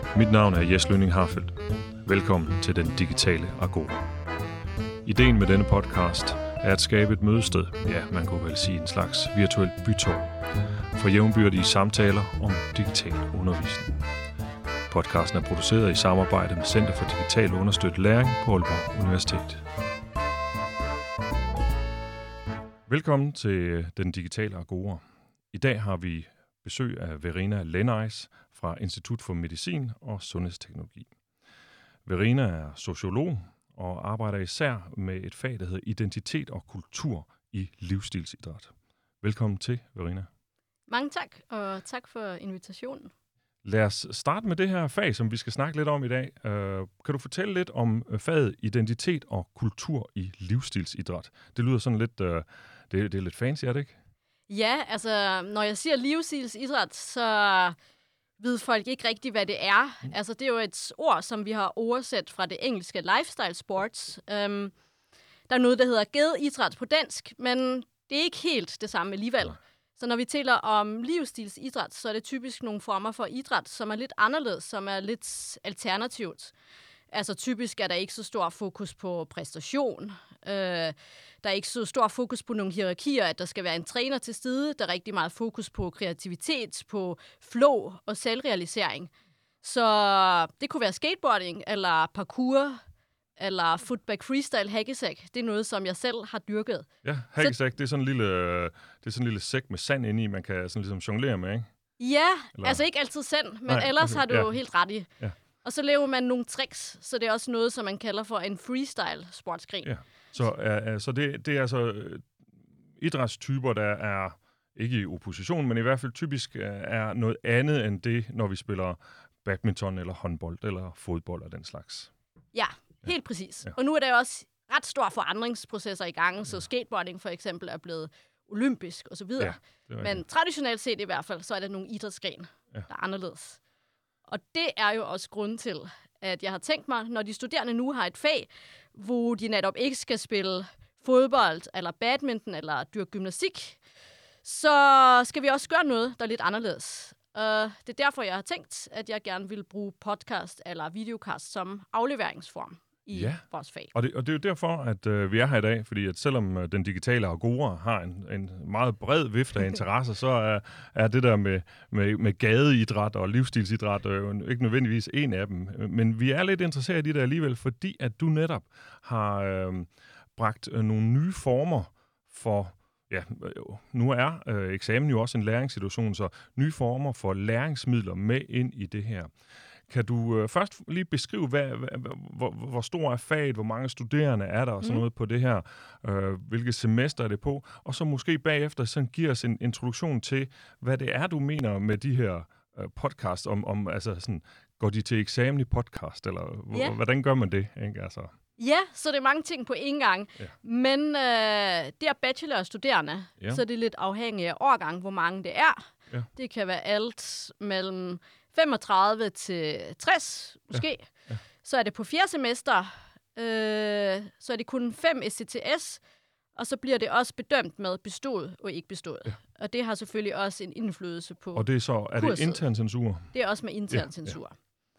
Mit navn er Jes Lønning Harfeldt. Velkommen til Den Digitale Agora. Ideen med denne podcast er at skabe et mødested, ja, man kunne vel sige en slags virtuelt bytår, for jævnbyrdige samtaler om digital undervisning. Podcasten er produceret i samarbejde med Center for Digital Understøttet Læring på Aalborg Universitet. Velkommen til Den Digitale Agora. I dag har vi besøg af Verena Lenneis fra Institut for Medicin og Sundhedsteknologi. Verena er sociolog og arbejder især med et fag, der hedder identitet og kultur i livsstilsidræt. Velkommen til, Verena. Mange tak, og tak for invitationen. Lad os starte med det her fag, som vi skal snakke lidt om i dag. Kan du fortælle lidt om faget identitet og kultur i livsstilsidræt? Det lyder sådan lidt, det er lidt fancy, er det ikke? Ja, altså når jeg siger livsstilsidræt, så ved folk ikke rigtigt, hvad det er. Altså det er jo et ord, som vi har oversat fra det engelske lifestyle sports. Der er noget, der hedder gadeidræt på dansk, men det er ikke helt det samme alligevel. Ja. Så når vi taler om livsstilsidræt, så er det typisk nogle former for idræt, som er lidt anderledes, som er lidt alternativt. Altså typisk er der ikke så stor fokus på præstation. Der er ikke så stor fokus på nogle hierarkier, at der skal være en træner til stede. Der er rigtig meget fokus på kreativitet, på flow og selvrealisering. Så det kunne være skateboarding, eller parkour, eller footback freestyle hackesack. Det er noget, som jeg selv har dyrket. Ja, hackesack, det er sådan en lille sæk med sand inde i, man kan sådan ligesom jonglere med, ikke? Ja, eller? Altså ikke altid sand, men ellers har du jo helt ret i. Ja. Og så laver man nogle tricks, så det er også noget, som man kalder for en freestyle sportsgren. Ja. Så det er altså idrætstyper, der er ikke i opposition, men i hvert fald typisk er noget andet end det, når vi spiller badminton eller håndbold eller fodbold og den slags. Ja, helt præcis. Ja. Og nu er der jo også ret store forandringsprocesser i gang, så skateboarding for eksempel er blevet olympisk osv. Ja, men traditionelt set i hvert fald, så er der nogle idrætsgrene, der er anderledes. Og det er jo også grund til, at jeg har tænkt mig, når de studerende nu har et fag, hvor de netop ikke skal spille fodbold, eller badminton, eller dyrke gymnastik, så skal vi også gøre noget, der er lidt anderledes. Det er derfor, jeg har tænkt, at jeg gerne vil bruge podcast eller videocast som afleveringsform i vores fag. Og det er jo derfor, at vi er her i dag, fordi at selvom Den Digitale Agora har en meget bred vifte af interesser, så er det der med gadeidræt og livsstilsidræt ikke nødvendigvis en af dem. Men vi er lidt interesseret i det alligevel, fordi at du netop har bragt nogle nye former for, nu er eksamen jo også en læringssituation, så nye former for læringsmidler med ind i det her. Kan du først lige beskrive, hvor stor er faget, hvor mange studerende er der og sådan noget på det her, hvilket semester er det på, og så måske bagefter sådan give os en introduktion til, hvad det er, du mener med de her podcast, om altså sådan, går de til eksamen i podcast, eller hvordan gør man det, ikke? Altså. Ja, så det er mange ting på én gang, men det er bachelorstuderende, så det er lidt afhængigt af årgang, hvor mange det er. Ja. Det kan være alt mellem 35 til 60, måske. Ja. Så er det på 4. semester, så er det kun 5 SCTS, og så bliver det også bedømt med bestået og ikke bestået. Ja. Og det har selvfølgelig også en indflydelse på og det er så, er det intern censur? Det er også med intern censur.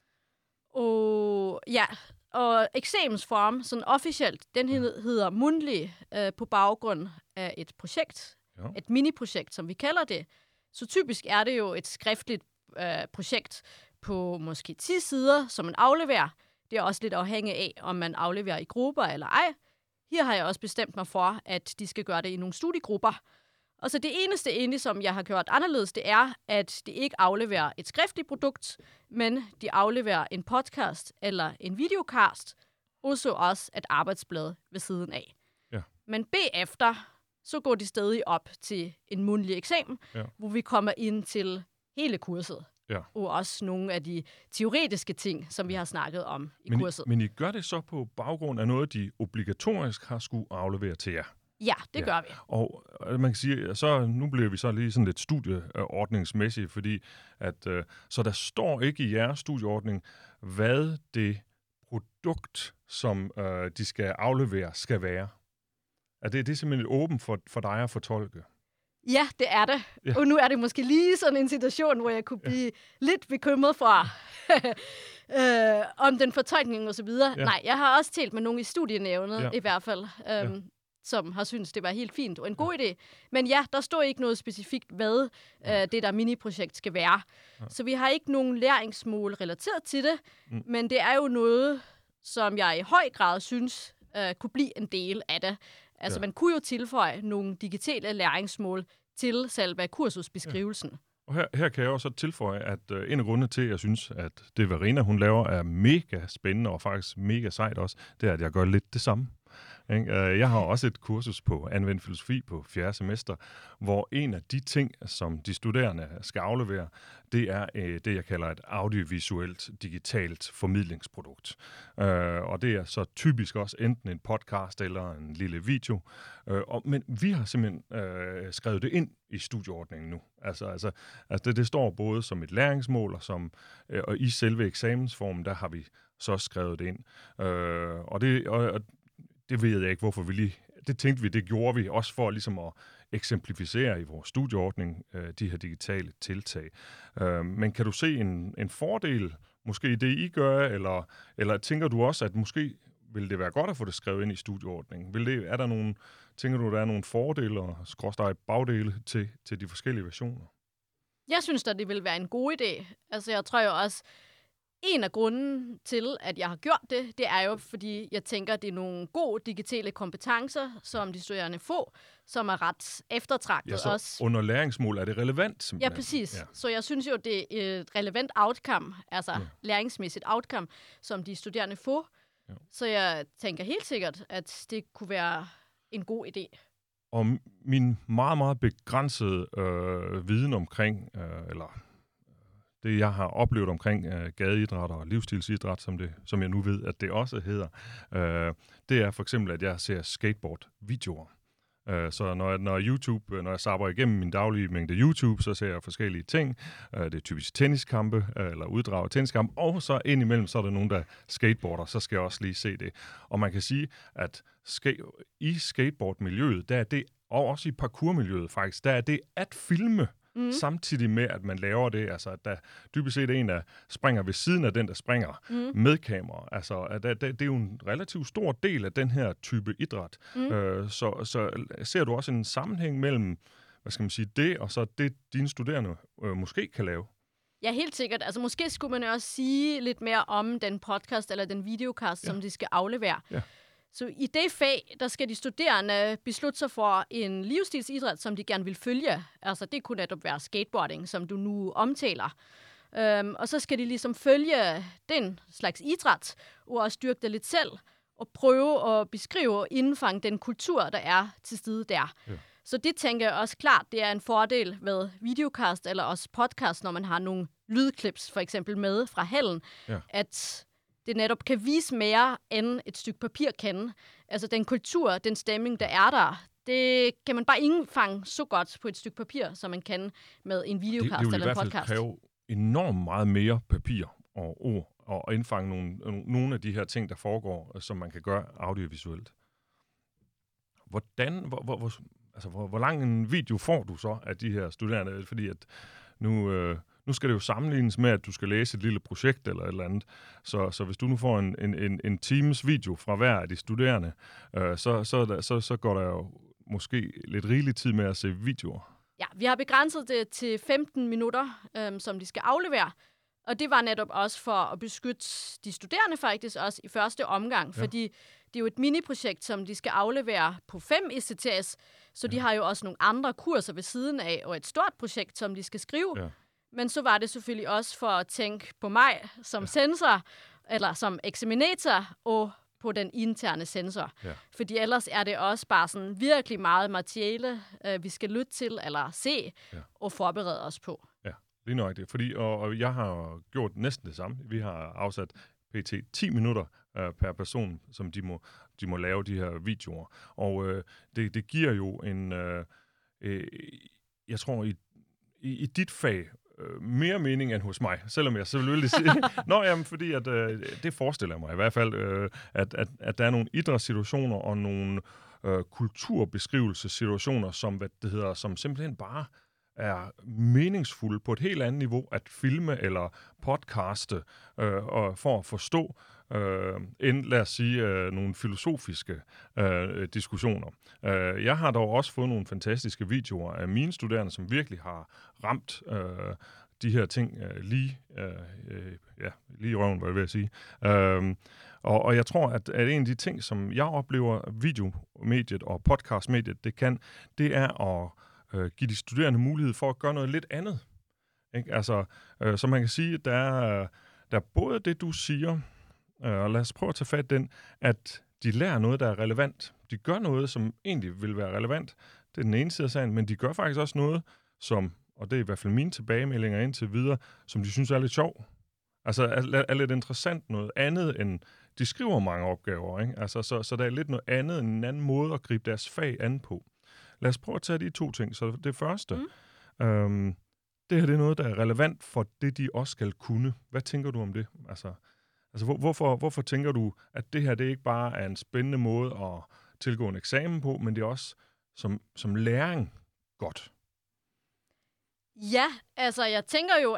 Og eksamensform, sådan officielt, den hedder mundtlig på baggrund af et projekt, et mini-projekt, som vi kalder det. Så typisk er det jo et skriftligt projekt på måske 10 sider, som man afleverer. Det er også lidt afhængigt af, om man afleverer i grupper eller ej. Her har jeg også bestemt mig for, at de skal gøre det i nogle studiegrupper. Og så det eneste egentlig, som jeg har gjort anderledes, det er, at de ikke afleverer et skriftligt produkt, men de afleverer en podcast eller en videocast, og så også et arbejdsblad ved siden af. Ja. Men bagefter, så går de stadig op til en mundtlig eksamen, hvor vi kommer ind til hele kurset. Ja. Og også nogle af de teoretiske ting, som vi har snakket om i kurset. Men I gør det så på baggrund af noget, de obligatorisk har skulle aflevere til jer? Ja, det gør vi. Og man kan sige, så nu bliver vi så lige sådan lidt studieordningsmæssigt, fordi at så der står ikke i jeres studieordning, hvad det produkt, som de skal aflevere, skal være. Det er simpelthen åbent for dig at fortolke? Ja, det er det. Ja. Og nu er det måske lige sådan en situation, hvor jeg kunne blive lidt bekymret for, om den fortolkning og så videre. Ja. Nej, jeg har også talt med nogle i studienævnet, i hvert fald, som har syntes, det var helt fint og en god idé. Men ja, der står ikke noget specifikt, hvad det der mini-projekt skal være. Ja. Så vi har ikke nogen læringsmål relateret til det, men det er jo noget, som jeg i høj grad synes kunne blive en del af det. Altså, man kunne jo tilføje nogle digitale læringsmål til selve kursusbeskrivelsen. Ja. Og her kan jeg også tilføje, at en af grundene til, at jeg synes, at det Verena, hun laver, er mega spændende og faktisk mega sejt også, det er, at jeg gør lidt det samme. Jeg har også et kursus på anvendt filosofi på 4. semester, hvor en af de ting, som de studerende skal aflevere, det er det, jeg kalder et audiovisuelt digitalt formidlingsprodukt. Og det er så typisk også enten en podcast eller en lille video. Men vi har simpelthen skrevet det ind i studieordningen nu. Altså det står både som et læringsmål, og i selve eksamensformen, der har vi så skrevet det ind. Og det ved jeg ikke, hvorfor vi lige... Det tænkte vi, det gjorde vi også for ligesom at eksemplificere i vores studieordning de her digitale tiltag. Men kan du se en fordel måske i det, I gør, eller tænker du også, at måske vil det være godt at få det skrevet ind i studieordningen? Tænker du, der er nogle fordele og bagdele til de forskellige versioner? Jeg synes da, det vil være en god idé. Altså, jeg tror jo også, en af grunden til, at jeg har gjort det er jo, fordi jeg tænker, at det er nogle gode digitale kompetencer, som de studerende får, som er ret eftertragtet også. Under læringsmål er det relevant, simpelthen. Ja, præcis. Ja. Så jeg synes jo, det er et relevant outcome, altså læringsmæssigt outcome, som de studerende får. Ja. Så jeg tænker helt sikkert, at det kunne være en god idé. Og min meget, meget begrænsede viden omkring, det, jeg har oplevet omkring gadeidræt og livsstilsidræt, som jeg nu ved, at det også hedder, det er for eksempel, at jeg ser skateboard-videoer. Så når YouTube, når jeg zapper igennem min daglige mængde YouTube, så ser jeg forskellige ting. Det er typisk tenniskampe, eller uddrag af tenniskampe, og så indimellem, så er der nogen, der skateboarder, så skal jeg også lige se det. Og man kan sige, at i skateboardmiljøet, der er det, og også i parkourmiljøet faktisk, der er det at filme, samtidig med, at man laver det, altså at der dybest set er en, der springer ved siden af den, der springer med kamera. Altså, det er jo en relativt stor del af den her type idræt. Så ser du også en sammenhæng mellem, hvad skal man sige, det, og så det, dine studerende måske kan lave? Ja, helt sikkert. Altså, måske skulle man også sige lidt mere om den podcast eller den videocast, som de skal aflevere. Ja. Så i det fag, der skal de studerende beslutte sig for en livsstilsidræt, som de gerne vil følge. Altså, det kunne netop være skateboarding, som du nu omtaler. Og så skal de ligesom følge den slags idræt, og også styrke det lidt selv, og prøve at beskrive og indfange den kultur, der er til stede der. Ja. Så det tænker jeg også klart, det er en fordel ved videocast eller også podcast, når man har nogle lydklips for eksempel med fra hallen, at det netop kan vise mere, end et stykke papir kan. Altså den kultur, den stemning, der er der, det kan man bare indfange så godt på et stykke papir, som man kan med en videocast eller en podcast. Det vil i hvert fald kræve enormt meget mere papir og ord, og indfange nogle af de her ting, der foregår, som man kan gøre audiovisuelt. Hvor lang en video får du så af de her studerende? Fordi at nu skal det jo sammenlignes med, at du skal læse et lille projekt eller et eller andet. Så hvis du nu får en times video fra hver af de studerende, så går der jo måske lidt rigelig tid med at se videoer. Ja, vi har begrænset det til 15 minutter, som de skal aflevere. Og det var netop også for at beskytte de studerende faktisk også i første omgang, fordi det er jo et mini-projekt, som de skal aflevere på 5 ECTS, så de har jo også nogle andre kurser ved siden af, og et stort projekt, som de skal skrive. Ja. Men så var det selvfølgelig også for at tænke på mig som sensor, eller som eksaminator, og på den interne sensor. Ja. Fordi ellers er det også bare sådan virkelig meget materiale, vi skal lytte til, eller se, og forberede os på. Ja, lige nøjagtigt. Fordi, og jeg har gjort næsten det samme. Vi har afsat pt. 10 minutter per person, som de må lave de her videoer. Og det giver jo en, jeg tror, i dit fag, mere mening end hos mig, selvom jeg selvfølgelig vil sige, fordi at, det forestiller mig i hvert fald, at der er nogle idrætssituationer og nogle kulturbeskrivelsessituationer, som simpelthen bare er meningsfulde på et helt andet niveau at filme eller podcaste og for at forstå, end lad os sige nogle filosofiske diskussioner. Jeg har dog også fået nogle fantastiske videoer af mine studerende, som virkelig har ramt de her ting lige i røven, hvad jeg vil sige. Og jeg tror, at en af de ting, som jeg oplever videomediet og podcastmediet, det er at give de studerende mulighed for at gøre noget lidt andet. Ikke? Altså, så man kan sige, at der er både det, du siger, og lad os prøve at tage fat den, at de lærer noget, der er relevant. De gør noget, som egentlig vil være relevant. Det er den ene side af sagen, men de gør faktisk også noget, som, og det er i hvert fald mine tilbagemeldinger indtil videre, som de synes er lidt sjov. Altså er lidt interessant, noget andet end, de skriver mange opgaver, ikke? Altså, så der er lidt noget andet, en anden måde at gribe deres fag an på. Lad os prøve at tage de to ting. Så det første, det her det er noget, der er relevant for det, de også skal kunne. Hvad tænker du om det? Altså hvorfor tænker du, at det her det ikke bare er en spændende måde at tilgå en eksamen på, men det er også som læring godt? Ja, altså jeg tænker jo,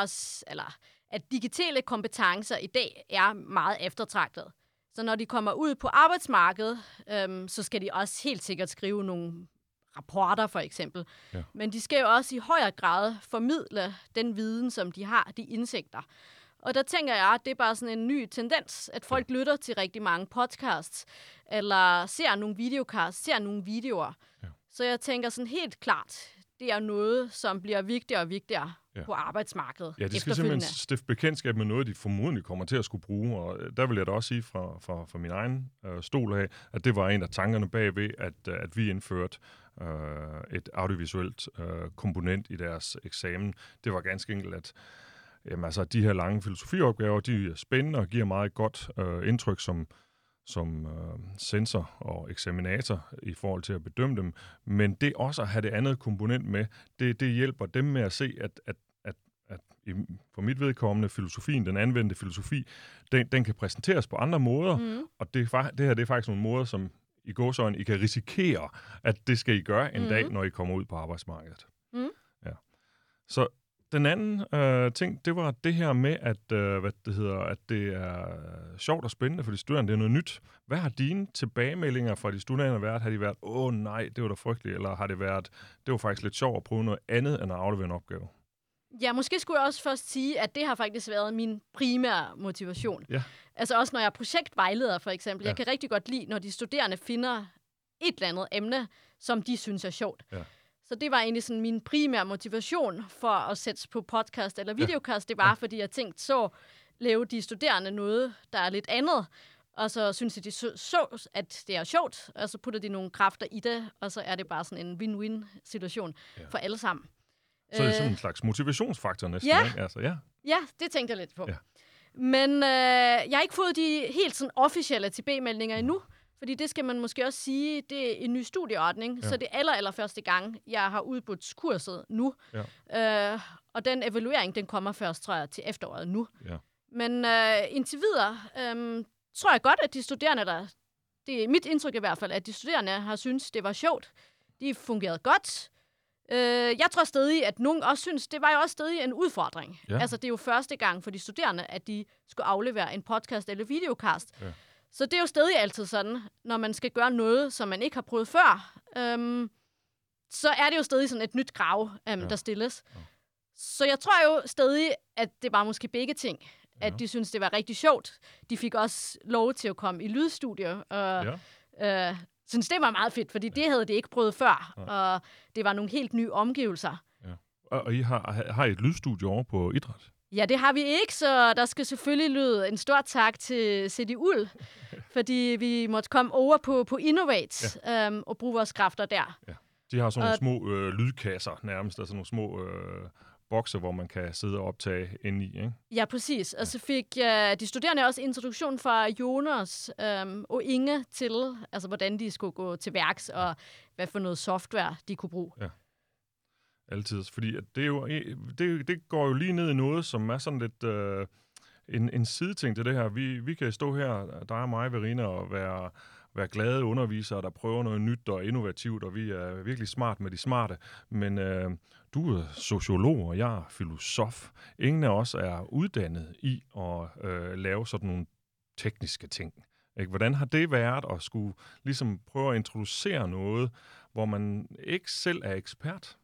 at digitale kompetencer i dag er meget eftertragtet. Så når de kommer ud på arbejdsmarkedet, så skal de også helt sikkert skrive nogle rapporter for eksempel. Ja. Men de skal jo også i højere grad formidle den viden, som de har, de indsigter. Og der tænker jeg, at det er bare sådan en ny tendens, at folk lytter til rigtig mange podcasts, eller ser nogle videocasts, ser nogle videoer. Ja. Så jeg tænker sådan helt klart, det er noget, som bliver vigtigere og vigtigere på arbejdsmarkedet. Ja, de skal simpelthen stifte bekendtskab med noget, de formodentlig kommer til at skulle bruge. Og der vil jeg da også sige fra min egen stol af, at det var en af tankerne bagved, at vi indførte et audiovisuelt komponent i deres eksamen. Det var ganske enkelt, at de her lange filosofiopgaver, de er spændende og giver meget godt indtryk som censor og eksaminator i forhold til at bedømme dem. Men det også at have det andet komponent med, det hjælper dem med at se, at for mit vedkommende filosofien, den anvendte filosofi, den kan præsenteres på andre måder, og det her det er faktisk nogle måder, som i gåseøjne I kan risikere, at det skal I gøre en dag, når I kommer ud på arbejdsmarkedet. Ja. Så den anden ting, det var det her med, at det er sjovt og spændende for de studerende. Det er noget nyt. Hvad har dine tilbagemeldinger fra de studerende været? Har de været, nej, det var da frygteligt, eller har det været, det var faktisk lidt sjovt at prøve noget andet end at aflevere en opgave? Ja, måske skulle jeg også først sige, at det har faktisk været min primære motivation. Ja. Altså også når jeg er projektvejleder, for eksempel. Ja. Jeg kan rigtig godt lide, når de studerende finder et eller andet emne, som de synes er sjovt. Ja. Så det var egentlig sådan min primære motivation for at sætte på podcast eller videocast. Det var, fordi jeg tænkte, så lave de studerende noget, der er lidt andet. Og så synes de så, at det er sjovt, og så putter de nogle kræfter i det, og så er det bare sådan en win-win-situation for alle sammen. Så er det sådan en slags motivationsfaktor næsten, ikke? Altså, ja, det tænkte jeg lidt på. Ja. Men jeg har ikke fået de helt sådan officielle TB-meldinger endnu, fordi det skal man måske også sige, det er en ny studieordning, så det er aller første gang, jeg har udbudt kurset nu. Ja. Og den evaluering, den kommer først, tror jeg, til efteråret nu. Ja. Men indtil videre tror jeg godt, at de studerende, det er mit indtryk i hvert fald, at de studerende har syntes, det var sjovt. De fungerede godt. Jeg tror stadig, at nogen også synes, det var jo også stadig en udfordring. Ja. Altså, det er jo første gang for de studerende, at de skulle aflevere en podcast eller videocast. Ja. Så det er jo stadig altid sådan, når man skal gøre noget, som man ikke har prøvet før, så er det jo stadig sådan et nyt krav, der stilles. Ja. Så jeg tror jo stadig, at det var måske begge ting. At de synes, det var rigtig sjovt. De fik også lov til at komme i lydstudio, og synes, det var meget fedt, fordi det havde de ikke prøvet før, og det var nogle helt nye omgivelser. Ja. Og I har et lydstudie over på Idræt? Ja, det har vi ikke, så der skal selvfølgelig lyde en stor tak til CDUL, fordi vi måtte komme over på Innovate og bruge vores kræfter der. Ja. De har sådan nogle små lydkasser nærmest, altså nogle små bokse, hvor man kan sidde og optage inde i, ikke? Ja, præcis. Og så fik de studerende også introduktion fra Jonas og Inge til, altså hvordan de skulle gå til værks, og hvad for noget software de kunne bruge. Ja. Altid, fordi at det går jo lige ned i noget, som er sådan lidt en sideting til det her. Vi kan stå her, dig og mig, Verena, og være glade undervisere, der prøver noget nyt og innovativt, og vi er virkelig smart med de smarte. Men du er sociolog, og jeg er filosof. Ingen af os er uddannet i at lave sådan nogle tekniske ting. Ikke? Hvordan har det været at skulle ligesom prøve at introducere noget, hvor man ikke selv er ekspert?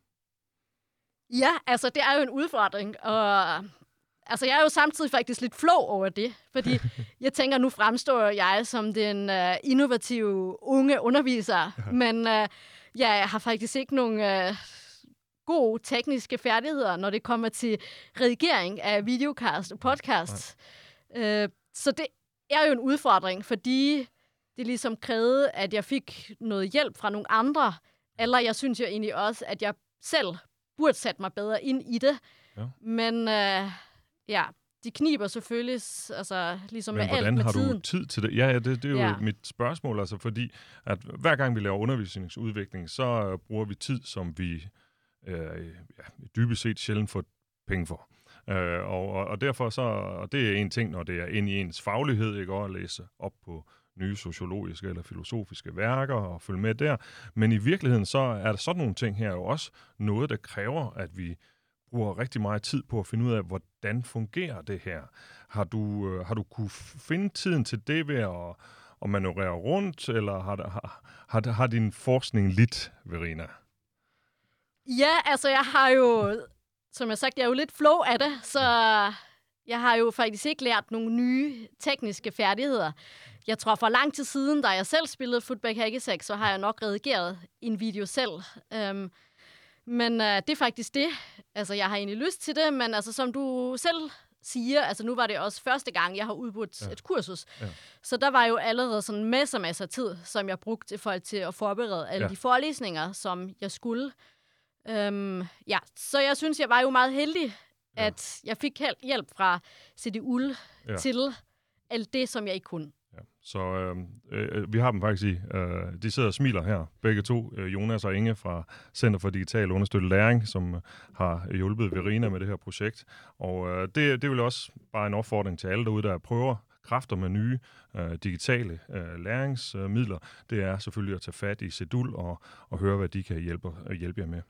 Ja, altså det er jo en udfordring, og altså jeg er jo samtidig faktisk lidt flov over det, fordi jeg tænker, nu fremstår jeg som den innovative unge underviser, men jeg har faktisk ikke nogen gode tekniske færdigheder, når det kommer til redigering af videocast og podcast. Så det er jo en udfordring, fordi det ligesom krævede, at jeg fik noget hjælp fra nogle andre, eller jeg synes jo egentlig også, at jeg selv burde sætte mig bedre ind i det. Ja. Men de kniber selvfølgelig, altså ligesom med alt med tiden. Men hvordan har du tid til det? Ja, det er jo mit spørgsmål, altså fordi, at hver gang vi laver undervisningsudvikling, så bruger vi tid, som vi dybest set sjældent får penge for. Og derfor så, og det er en ting, når det er inde i ens faglighed, ikke, at læse op på nye sociologiske eller filosofiske værker og følge med der. Men i virkeligheden så er der sådan nogle ting her jo også noget, der kræver, at vi bruger rigtig meget tid på at finde ud af, hvordan fungerer det her. Har du kunne finde tiden til det ved at manøvrere rundt, eller har din forskning lidt, Verena? Ja, altså jeg har jo, som jeg sagt, jeg er jo lidt flow af det, så jeg har jo faktisk ikke lært nogle nye tekniske færdigheder. Jeg tror for lang tid siden, da jeg selv spillede Footbag Hackisack, så har jeg nok redigeret en video selv. Men det er faktisk det. Altså jeg har egentlig lyst til det, men altså som du selv siger, altså nu var det også første gang, jeg har udbudt et kursus. Ja. Så der var jo allerede sådan masser af tid, som jeg brugte i forhold til at forberede alle de forelæsninger, som jeg skulle. Så jeg synes, jeg var jo meget heldig, at jeg fik hjælp fra CDUL til alt det, som jeg ikke kunne. Ja. Så vi har dem faktisk i. De sidder og smiler her, begge to. Jonas og Inge fra Center for Digital Understøttet Læring, som har hjulpet Verena med det her projekt. Og det er vel også bare en opfordring til alle derude, der prøver kræfter med nye digitale læringsmidler. Det er selvfølgelig at tage fat i CDUL og høre, hvad de kan hjælpe jer med.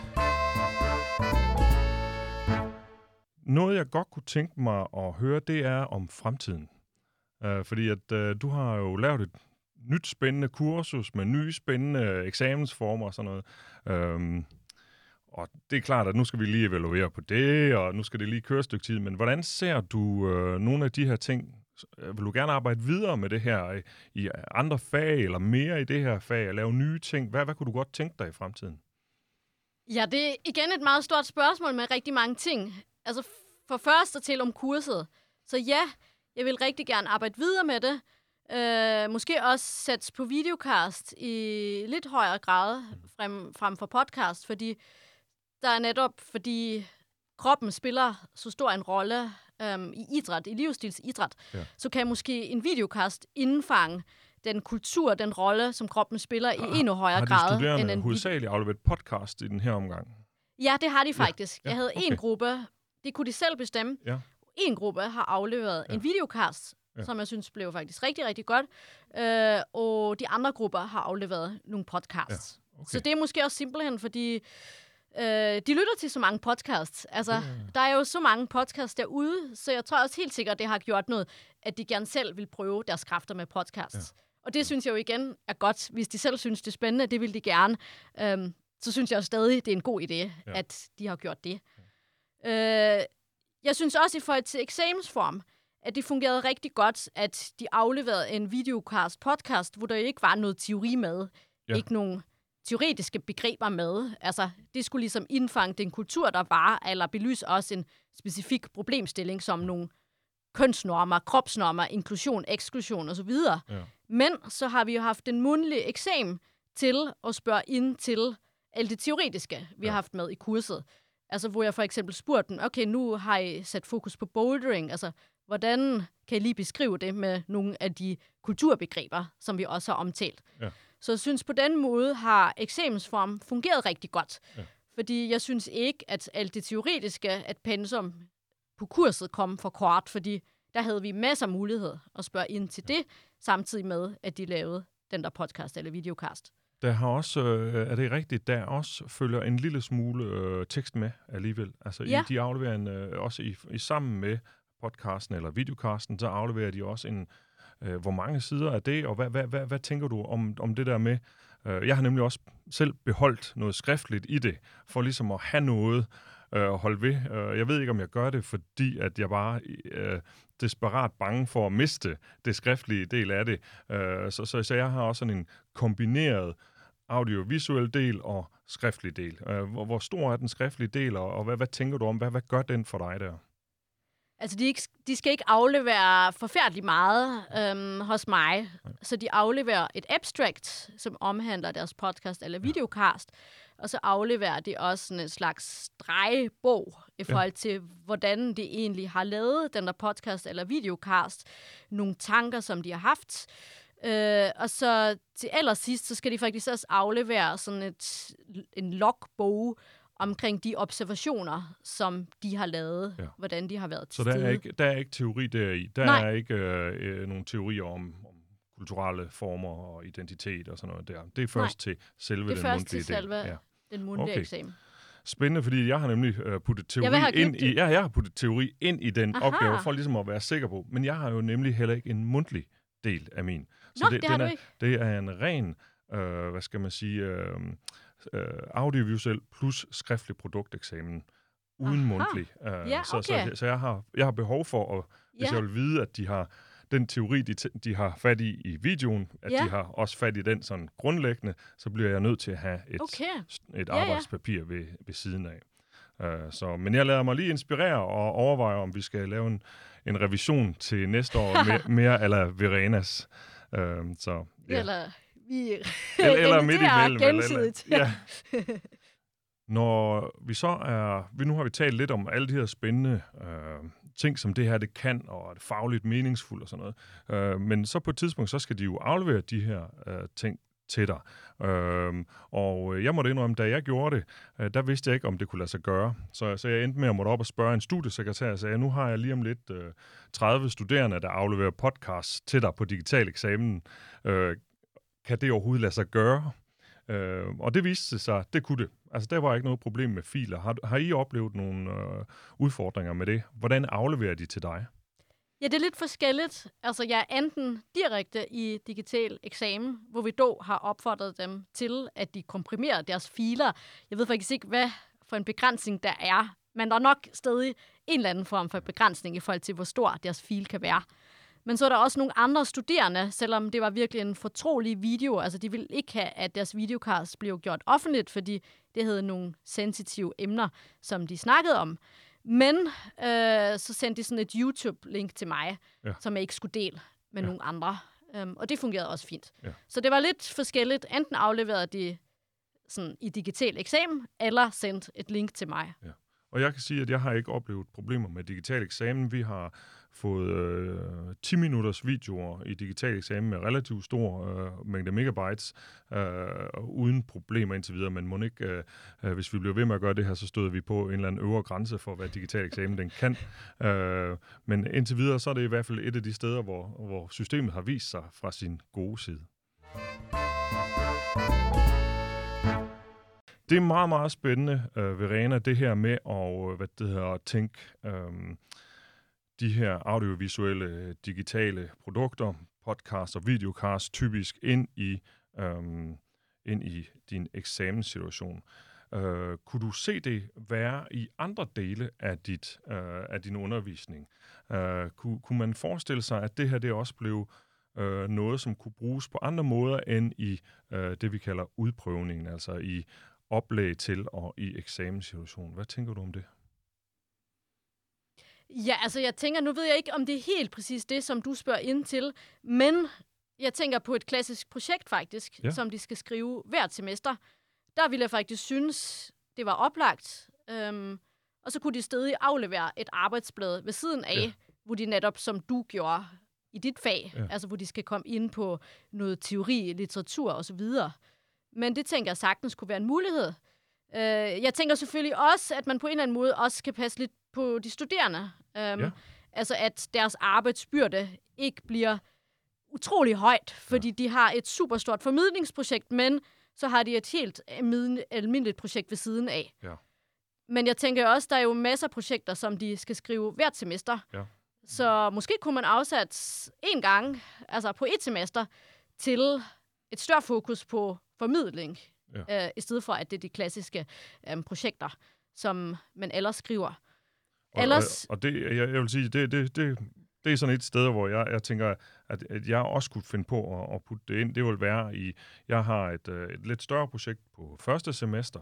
Noget, jeg godt kunne tænke mig at høre, det er om fremtiden. Fordi at du har jo lavet et nyt spændende kursus med nye spændende eksamensformer og sådan noget. Og det er klart, at nu skal vi lige evaluere på det, og nu skal det lige køre et stykke tid. Men hvordan ser du nogle af de her ting? Vil du gerne arbejde videre med det her i andre fag, eller mere i det her fag, og lave nye ting? Hvad kunne du godt tænke dig i fremtiden? Ja, det er igen et meget stort spørgsmål med rigtig mange ting. Altså for først at tale om kurset. Så ja, jeg vil rigtig gerne arbejde videre med det. Måske også sætte på videocast i lidt højere grad frem for podcast, fordi der er netop, fordi kroppen spiller så stor en rolle i idræt, i livsstilsidræt, så kan måske en videocast indfange den kultur, den rolle, som kroppen spiller i endnu højere grad. Har de studerende hovedsageligt afleveret podcast i den her omgang? Ja, det har de faktisk. Jeg havde en gruppe, det kunne de selv bestemme. Ja. En gruppe har afleveret en videocast, som jeg synes blev faktisk rigtig, rigtig godt. Og de andre grupper har afleveret nogle podcasts. Ja. Okay. Så det er måske også simpelthen, fordi de lytter til så mange podcasts. Altså, der er jo så mange podcasts derude, så jeg tror også helt sikkert, det har gjort noget, at de gerne selv vil prøve deres kræfter med podcasts. Ja. Og det synes jeg jo igen er godt. Hvis de selv synes, det er spændende, det vil de gerne. Så synes jeg jo stadig, det er en god idé, at de har gjort det. Ja. Jeg synes også i forhold til eksamensform, at det fungerede rigtig godt, at de afleverede en videocast podcast, hvor der ikke var noget teori med. Ja. Ikke nogen teoretiske begreber med. Altså, det skulle ligesom indfange den kultur, der var, eller belyse også en specifik problemstilling, som nogle kønsnormer, kropsnormer, inklusion, eksklusion osv. Ja. Men så har vi jo haft en mundtlig eksamen til at spørge ind til alt det teoretiske, vi har haft med i kurset. Altså, hvor jeg for eksempel spurgte dem, okay, nu har I sat fokus på bouldering, altså, hvordan kan I lige beskrive det med nogle af de kulturbegreber, som vi også har omtalt? Ja. Så jeg synes, på den måde har eksamensform fungeret rigtig godt. Ja. Fordi jeg synes ikke, at alt det teoretiske, at pensum på kurset kom for kort, fordi der havde vi masser af mulighed at spørge ind til det, samtidig med, at de lavede den der podcast eller videocast. Der har også, er det rigtigt, der også følger en lille smule tekst med alligevel. Altså, de afleverer også i sammen med podcasten eller videocasten, så afleverer de også en, hvor mange sider er det, og hvad tænker du om det der med? Jeg har nemlig også selv beholdt noget skriftligt i det, for ligesom at have noget at holde ved. Jeg ved ikke, om jeg gør det, fordi at jeg bare desperat bange for at miste det skriftlige del af det. Så jeg har også sådan en kombineret audiovisuel del og skriftlig del. Hvor stor er den skriftlige del, og hvad tænker du om? Hvad gør den for dig der? Altså, de skal ikke aflevere forfærdeligt meget hos mig. Så de afleverer et abstract, som omhandler deres podcast eller videocast. Og så afleverer de også sådan en slags drejebog i forhold til, hvordan de egentlig har lavet den der podcast eller videocast. Nogle tanker, som de har haft. Og så til allersidst, så skal de faktisk også aflevere sådan en logbog omkring de observationer, som de har lavet, hvordan de har været til stede. Så der er ikke teori deri? Der er ikke nogen teorier om kulturelle former og identitet og sådan noget der? Det er først til selve den mundtlige del? Den mundtlige eksamen. Spændende, fordi jeg har nemlig puttet teori ind i den opgave, for ligesom at være sikker på. Men jeg har jo nemlig heller ikke en mundtlig del af min. Så det er en ren, hvad skal man sige, audiovisuel plus skriftlig produkteksamen uden mundtlig. Så jeg har behov for, at, hvis jeg vil vide, at de har den teori, de har fat i videoen, at de har også fat i den sådan grundlæggende, så bliver jeg nødt til at have et arbejdspapir ved siden af. Men jeg lader mig lige inspirere og overveje, om vi skal lave en revision til næste år mere eller Verenas. Eller midt imellem. Når vi så nu har vi talt lidt om alle de her spændende ting, som det her det kan, og er det fagligt meningsfuldt og sådan noget. Men så på et tidspunkt, så skal de jo aflevere de her ting til dig. Og jeg måtte indrømme, da jeg gjorde det, der vidste jeg ikke, om det kunne lade sig gøre. Så jeg endte med at måtte op og spørge en studiesekretær, og sagde, nu har jeg lige om lidt 30 studerende, der afleverer podcasts til dig på digital eksamen. Kan det overhovedet lade sig gøre? Og det viste sig, det kunne det. Altså, der var ikke noget problem med filer. Har I oplevet nogle udfordringer med det? Hvordan afleverer de til dig? Ja, det er lidt forskelligt. Altså, jeg er enten direkte i digital eksamen, hvor vi dog har opfordret dem til, at de komprimerer deres filer. Jeg ved faktisk ikke, hvad for en begrænsning der er, men der er nok stadig en eller anden form for begrænsning i forhold til, hvor stor deres fil kan være. Men så er der også nogle andre studerende, selvom det var virkelig en fortrolig video. Altså, de ville ikke have, at deres videocast blev gjort offentligt, fordi det havde nogle sensitive emner, som de snakkede om. Men så sendte de sådan et YouTube-link til mig, som jeg ikke skulle dele med nogle andre. Og det fungerede også fint. Ja. Så det var lidt forskelligt. Enten afleverede de sådan i digital eksamen, eller sendt et link til mig. Ja. Og jeg kan sige, at jeg har ikke oplevet problemer med digital eksamen. Vi har fået 10 minutters videoer i digital eksamen med relativt stor mængde megabytes, uden problemer indtil videre. Men må ikke, hvis vi bliver ved med at gøre det her, så støder vi på en eller anden øvre grænse for, hvad digital eksamen den kan. Men indtil videre, så er det i hvert fald et af de steder, hvor systemet har vist sig fra sin gode side. Det er meget, meget spændende, Verena, det her med at tænke de her audiovisuelle, digitale produkter, podcast og videocast, typisk ind i din eksamenssituation. Kunne du se det være i andre dele af din undervisning? Kunne man forestille sig, at det her det også blev noget, som kunne bruges på andre måder end i det, vi kalder udprøvningen, altså i oplæg til og i eksamenssituationen. Hvad tænker du om det? Ja, altså jeg tænker, nu ved jeg ikke, om det er helt præcis det, som du spørger ind til, men jeg tænker på et klassisk projekt faktisk, som de skal skrive hvert semester. Der ville jeg faktisk synes, det var oplagt, og så kunne de stadig aflevere et arbejdsblad ved siden af, hvor de netop, som du gjorde i dit fag, altså hvor de skal komme ind på noget teori, litteratur osv., men det tænker jeg sagtens kunne være en mulighed. Jeg tænker selvfølgelig også, at man på en eller anden måde også kan passe lidt på de studerende. Altså at deres arbejdsbyrde ikke bliver utrolig højt, fordi de har et superstort formidlingsprojekt, men så har de et helt almindeligt projekt ved siden af. Ja. Men jeg tænker også, der er jo masser af projekter, som de skal skrive hvert semester. Ja. Så måske kunne man afsætte en gang, altså på et semester, til et større fokus på formidling, i stedet for, at det er de klassiske projekter, som man ellers skriver. Og det, jeg vil sige, det er sådan et sted, hvor jeg tænker, at jeg også kunne finde på at putte det ind. Det vil være jeg har et lidt større projekt på første semester,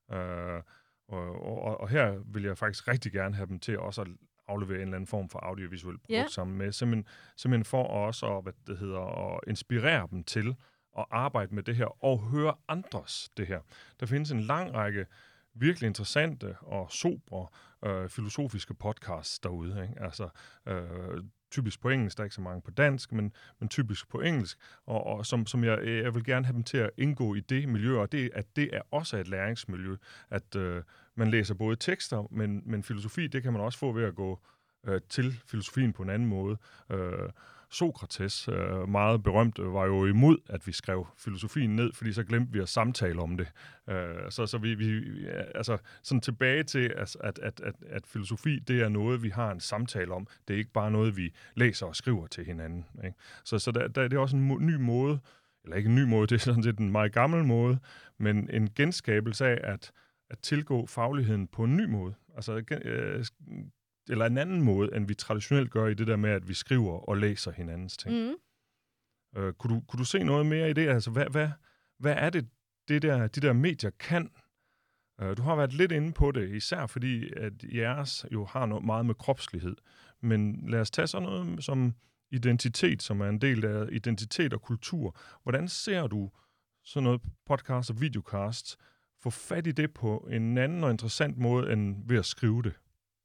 og her vil jeg faktisk rigtig gerne have dem til også at aflevere en eller anden form for audiovisuel produkt sammen med, simpelthen for også at inspirere dem til at arbejde med det her og høre andres det her. Der findes en lang række virkelig interessante og sobre filosofiske podcasts derude, ikke? Altså typisk på engelsk, der er ikke så mange på dansk, men typisk på engelsk, og som jeg vil gerne have dem til at indgå i det miljø, og det er også et læringsmiljø, at man læser både tekster, men filosofi, det kan man også få ved at gå til filosofien på en anden måde. Sokrates, meget berømt, var jo imod, at vi skrev filosofien ned, fordi så glemte vi at samtale om det. Så vi altså sådan tilbage til, at filosofi, det er noget, vi har en samtale om. Det er ikke bare noget, vi læser og skriver til hinanden. Ikke? Så der er det også en ny måde, eller ikke en ny måde, det er sådan set en meget gammel måde, men en genskabelse af at tilgå fagligheden på en ny måde. Altså eller en anden måde, end vi traditionelt gør i det der med, at vi skriver og læser hinandens ting. Kunne du se noget mere i det? Altså, hvad er det de der medier kan? Du har været lidt inde på det, især fordi, at jeres jo har noget meget med kropslighed. Men lad os tage sådan noget som identitet, som er en del af identitet og kultur. Hvordan ser du sådan noget podcast og videocast få fat i det på en anden og interessant måde, end ved at skrive det?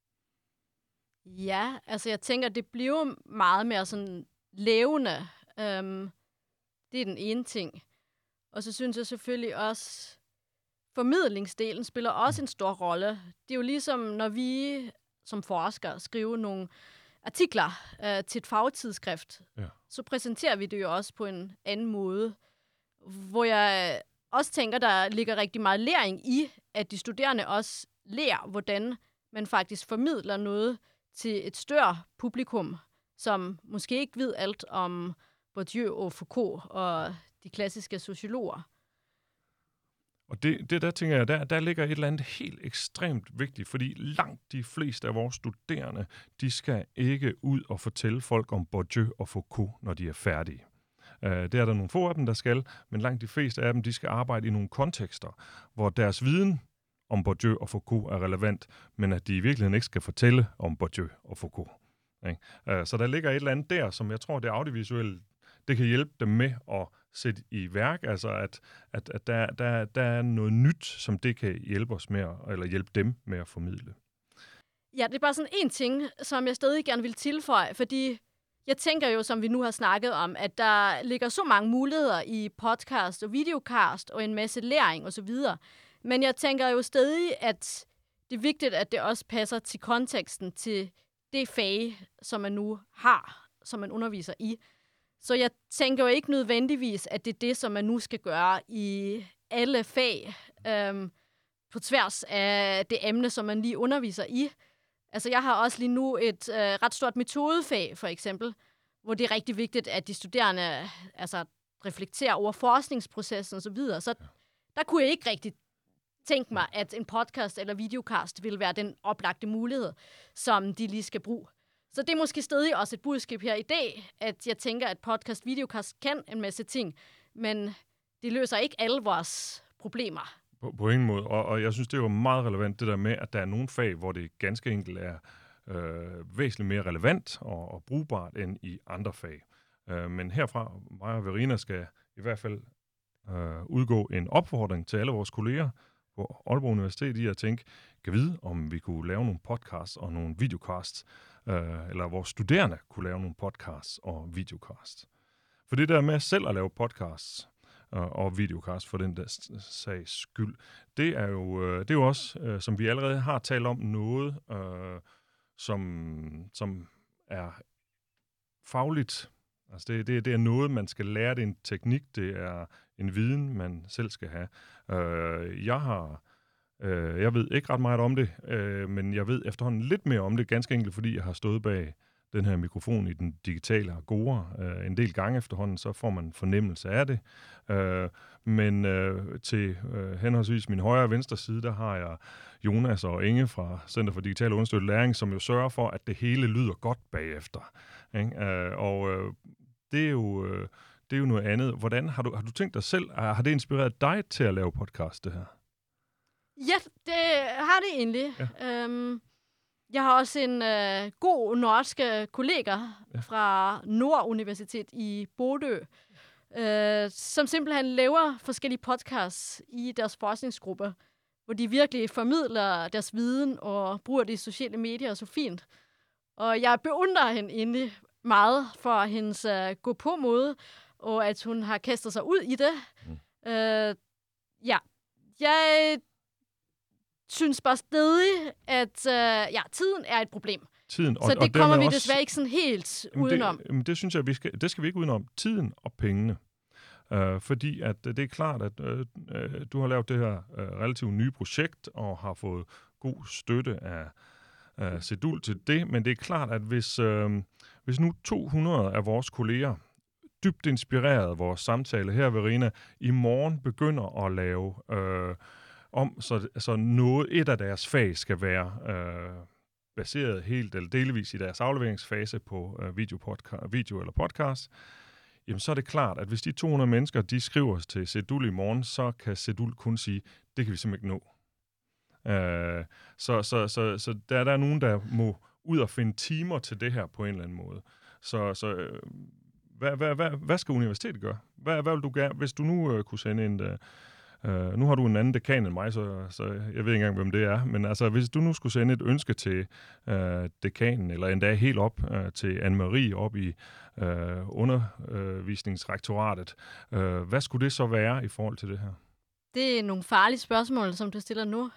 Ja, altså jeg tænker, det bliver meget mere sådan levende. Det er den ene ting. Og så synes jeg selvfølgelig også, formidlingsdelen spiller også en stor rolle. Det er jo ligesom, når vi som forskere skriver nogle artikler til et fagtidsskrift, så præsenterer vi det jo også på en anden måde, hvor jeg også tænker, der ligger rigtig meget læring i, at de studerende også lærer, hvordan man faktisk formidler noget til et større publikum, som måske ikke ved alt om Bourdieu og Foucault og de klassiske sociologer. Og det der tænker jeg, der ligger et eller andet helt ekstremt vigtigt, fordi langt de fleste af vores studerende, de skal ikke ud og fortælle folk om Bourdieu og Foucault, når de er færdige. Det er der nogle få af dem, der skal, men langt de fleste af dem, de skal arbejde i nogle kontekster, hvor deres viden om Bourdieu og Foucault er relevant, men at de i virkeligheden ikke skal fortælle om Bourdieu og Foucault. Ikke? Så der ligger et eller andet der, som jeg tror, det audiovisuelle, det kan hjælpe dem med at sætte i værk, altså at der er noget nyt, som det kan hjælpe os med, eller hjælpe dem med at formidle. Ja, det er bare sådan en ting, som jeg stadig gerne vil tilføje, fordi jeg tænker jo, som vi nu har snakket om, at der ligger så mange muligheder i podcast og videocast og en masse læring osv., men jeg tænker jo stadig, at det er vigtigt, at det også passer til konteksten, til det fag, som man nu har, som man underviser i. Så jeg tænker jo ikke nødvendigvis, at det er det, som man nu skal gøre i alle fag, på tværs af det emne, som man lige underviser i. Altså jeg har også lige nu et ret stort metodefag, for eksempel, hvor det er rigtig vigtigt, at de studerende reflekterer over forskningsprocessen osv. Så der kunne jeg ikke rigtig tænke mig, at en podcast eller videocast vil være den oplagte mulighed, som de lige skal bruge. Så det er måske stadig også et budskab her i dag, at jeg tænker, at podcast, videocast kan en masse ting, men det løser ikke alle vores problemer. På ingen måde, og jeg synes, det er jo meget relevant, det der med, at der er nogle fag, hvor det ganske enkelt er væsentligt mere relevant og brugbart end i andre fag. Men herfra, mig og Verena skal i hvert fald udgå en opfordring til alle vores kolleger på Aalborg Universitet i at tænke, kan vide, om vi kunne lave nogle podcasts og nogle videocasts, eller vores studerende kunne lave nogle podcasts og videocasts. For det der med selv at lave podcasts og videocast for den der sags skyld, det er jo også, som vi allerede har talt om, noget, som er fagligt. Altså det er noget, man skal lære. Det er en teknik, det er en viden, man selv skal have. Jeg ved ikke ret meget om det, men jeg ved efterhånden lidt mere om det, ganske enkelt, fordi jeg har stået bag den her mikrofon i den digitale Agora en del gange efterhånden, så får man fornemmelse af det. Men til henholdsvis min højre og venstre side, der har jeg Jonas og Inge fra Center for Digital Understøttet Læring, som jo sørger for, at det hele lyder godt bagefter. Det er jo noget andet. Hvordan har du tænkt dig selv? Har det inspireret dig til at lave podcast, det her? Ja, det har det egentlig. Ja. Jeg har også en god norsk kollega fra Norduniversitet i Bodø, som simpelthen laver forskellige podcasts i deres forskningsgruppe, hvor de virkelig formidler deres viden og bruger de sociale medier så fint. Og jeg beundrer hende egentlig meget for hendes gå-på-måde, og at hun har kastet sig ud i det. Jeg synes bare stadig, at tiden er et problem. Tiden, så det kommer vi desværre ikke sådan helt udenom. Det synes jeg, det skal vi ikke udenom. Tiden og pengene. Fordi at det er klart, at du har lavet det her relativt nye projekt, og har fået god støtte af Sedul til det, men det er klart, at hvis nu 200 af vores kolleger, dybt inspireret af vores samtale her, Verena, i morgen begynder at lave så et af deres fag skal være baseret helt eller delvis i deres afleveringsfase på video eller podcast, jamen så er det klart, at hvis de 200 mennesker, de skriver til Sedul i morgen, så kan Sedul kun sige, det kan vi simpelthen ikke nå. Så der er nogen, der må ud og finde timer til det her på en eller anden måde. Hvad skal universitetet gøre? Hvad vil du gøre, hvis du nu kunne sende en... nu har du en anden dekan end mig, så jeg ved ikke engang, hvem det er. Men altså, hvis du nu skulle sende et ønske til dekanen, eller endda helt op til Anne-Marie op i undervisningsrektoratet, hvad skulle det så være i forhold til det her? Det er nogle farlige spørgsmål, som du stiller nu.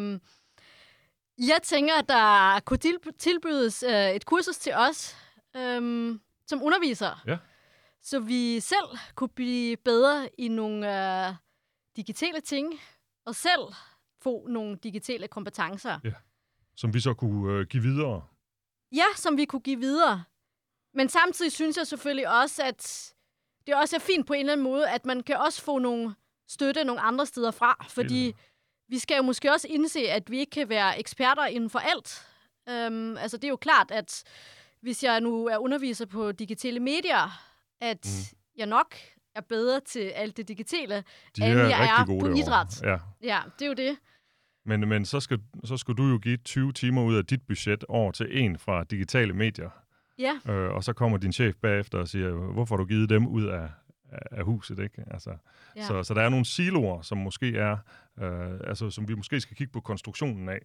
Jeg tænker, at der kunne tilbydes et kursus til os som undervisere, så vi selv kunne blive bedre i nogle digitale ting, og selv få nogle digitale kompetencer. Ja, som vi så kunne give videre. Ja, som vi kunne give videre. Men samtidig synes jeg selvfølgelig også, at det også er fint på en eller anden måde, at man kan også få nogle støtte nogle andre steder fra, fordi vi skal jo måske også indse, at vi ikke kan være eksperter inden for alt. Altså det er jo klart, at hvis jeg nu er underviser på digitale medier, at jeg nok er bedre til alt det digitale, end jeg er på idræt. Ja, det er jo det. Men så skal du jo give 20 timer ud af dit budget over til en fra digitale medier. Ja. Og så kommer din chef bagefter og siger, hvorfor har du givet dem ud af huset, ikke? Altså, så der er nogle siloer, som måske er, som vi måske skal kigge på konstruktionen af.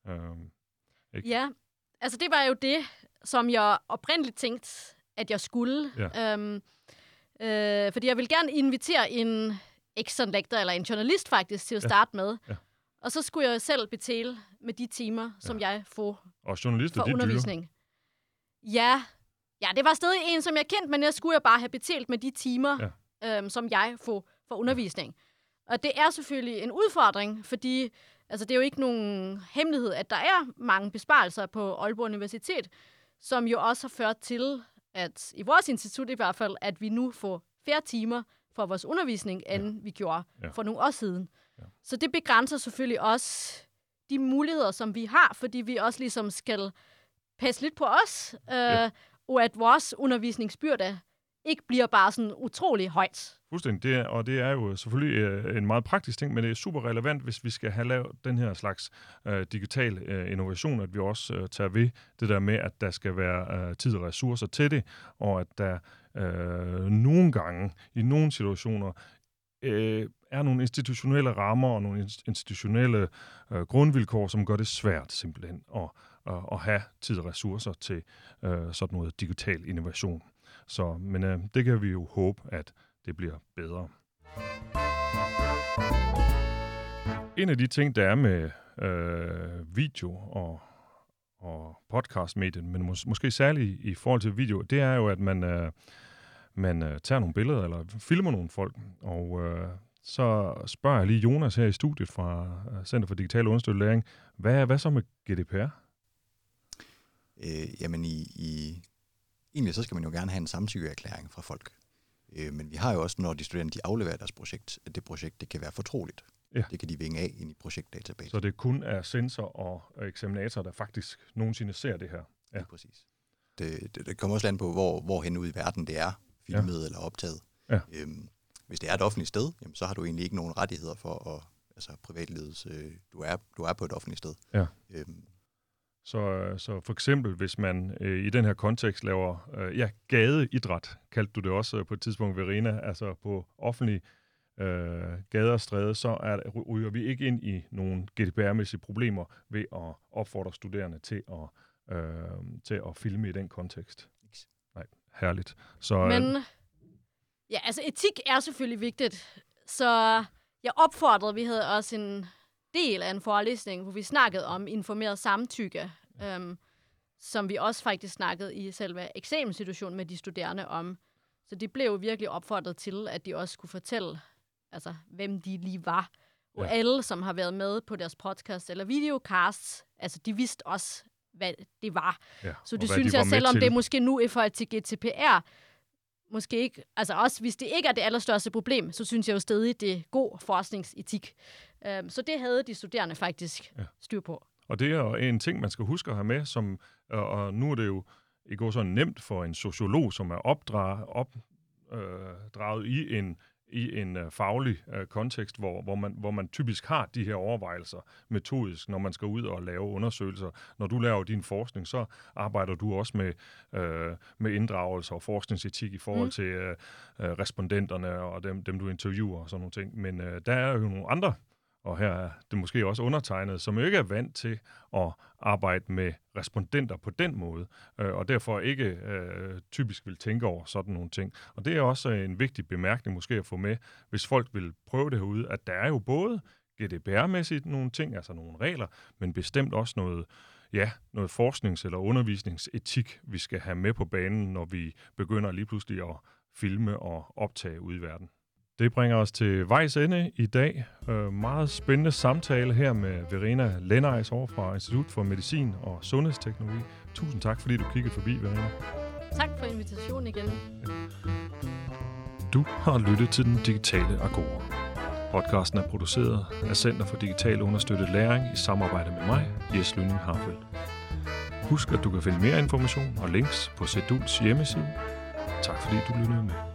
Ikke? Ja, altså det var jo det, som jeg oprindeligt tænkte, at jeg skulle. Ja. Fordi jeg vil gerne invitere en ekstern lektor, eller en journalist faktisk, til at starte med. Ja. Og så skulle jeg selv betale med de timer, som jeg får og journalister, for undervisning. Ja, det var stadig en, som jeg kendte, men jeg skulle jo bare have betalt med de timer, som jeg får for undervisning. Og det er selvfølgelig en udfordring, fordi altså, det er jo ikke nogen hemmelighed, at der er mange besparelser på Aalborg Universitet, som jo også har ført til, at i vores institut i hvert fald, at vi nu får færre timer for vores undervisning, end vi gjorde for nogle år siden. Ja. Så det begrænser selvfølgelig også de muligheder, som vi har, fordi vi også ligesom skal passe lidt på os, og at vores undervisningsbyrde ikke bliver bare sådan utrolig højt. Fuldstændig. Det er jo selvfølgelig en meget praktisk ting, men det er super relevant, hvis vi skal have lavet den her slags digital innovation, at vi også tager ved det der med, at der skal være tid og ressourcer til det, og at der nogle gange, i nogle situationer, er nogle institutionelle rammer og nogle institutionelle grundvilkår, som gør det svært simpelthen at have tid og ressourcer til sådan noget digital innovation. Men det kan vi jo håbe, at det bliver bedre. En af de ting, der er med video og podcastmedien, men måske særligt i forhold til video, det er jo, at man tager nogle billeder eller filmer nogle folk, og så spørger jeg lige Jonas her i studiet fra Center for Digital Understøttet Læring, hvad så med GDPR? Jamen egentlig så skal man jo gerne have en samtykkeerklæring fra folk. Men vi har jo også, når de studerende de afleverer deres projekt, at det projekt det kan være fortroligt. Ja. Det kan de vinge af ind i projektdatabasen. Så det kun er sensor og eksaminator, der faktisk nogensinde ser det her? Ja, ja, præcis. Det kommer også an på, hvorhen ude i verden det er filmet eller optaget. Ja. Hvis det er et offentligt sted, jamen, så har du egentlig ikke nogen rettigheder for at privatlivets. Du er på et offentligt sted. Ja. Så for eksempel, hvis man i den her kontekst laver gadeidræt, kaldte du det også på et tidspunkt, Verena, altså på offentlige gader og stræde, så ryger vi ikke ind i nogle GDPR-mæssige problemer ved at opfordre studerende til at filme i den kontekst. Nej, herligt. Men ja, altså etik er selvfølgelig vigtigt, så jeg opfordrede, vi havde også en del af en forelæsning, hvor vi snakkede om informeret samtykke, som vi også faktisk snakkede i selve eksamenssituationen med de studerende om. Så de blev virkelig opfordret til, at de også skulle fortælle, altså, hvem de lige var. Og alle, som har været med på deres podcast eller videocasts, altså, de vidste også, hvad det var. Ja, så det synes jeg, selvom det måske nu i forhold til GDPR, måske ikke, altså også hvis det ikke er det allerstørste problem, så synes jeg jo stadig, det er god forskningsetik. Så det havde de studerende faktisk styr på. Og det er en ting, man skal huske at have med, og nu er det jo ikke så nemt for en sociolog, som er opdraget i en faglig kontekst, hvor man typisk har de her overvejelser metodisk, når man skal ud og lave undersøgelser. Når du laver din forskning, så arbejder du også med inddragelse og forskningsetik i forhold til respondenterne og dem du interviewer og sådan nogle ting. Men der er jo nogle andre, og her er det måske også undertegnet, som ikke er vant til at arbejde med respondenter på den måde, og derfor ikke typisk vil tænke over sådan nogle ting. Og det er også en vigtig bemærkning måske at få med, hvis folk vil prøve det herude, at der er jo både GDPR-mæssigt nogle ting, altså nogle regler, men bestemt også noget forsknings- eller undervisningsetik, vi skal have med på banen, når vi begynder lige pludselig at filme og optage ude i verden. Det bringer os til vejs ende i dag. Meget spændende samtale her med Verena Lenneis over fra Institut for Medicin og Sundhedsteknologi. Tusind tak, fordi du kiggede forbi, Verena. Tak for invitationen igen. Du har lyttet til Den Digitale Agora. Podcasten er produceret af Center for Digital Understøttet Læring i samarbejde med mig, Jes Lønning Harfeldt. Husk, at du kan finde mere information og links på CEDULs hjemmeside. Tak fordi du lyttede med.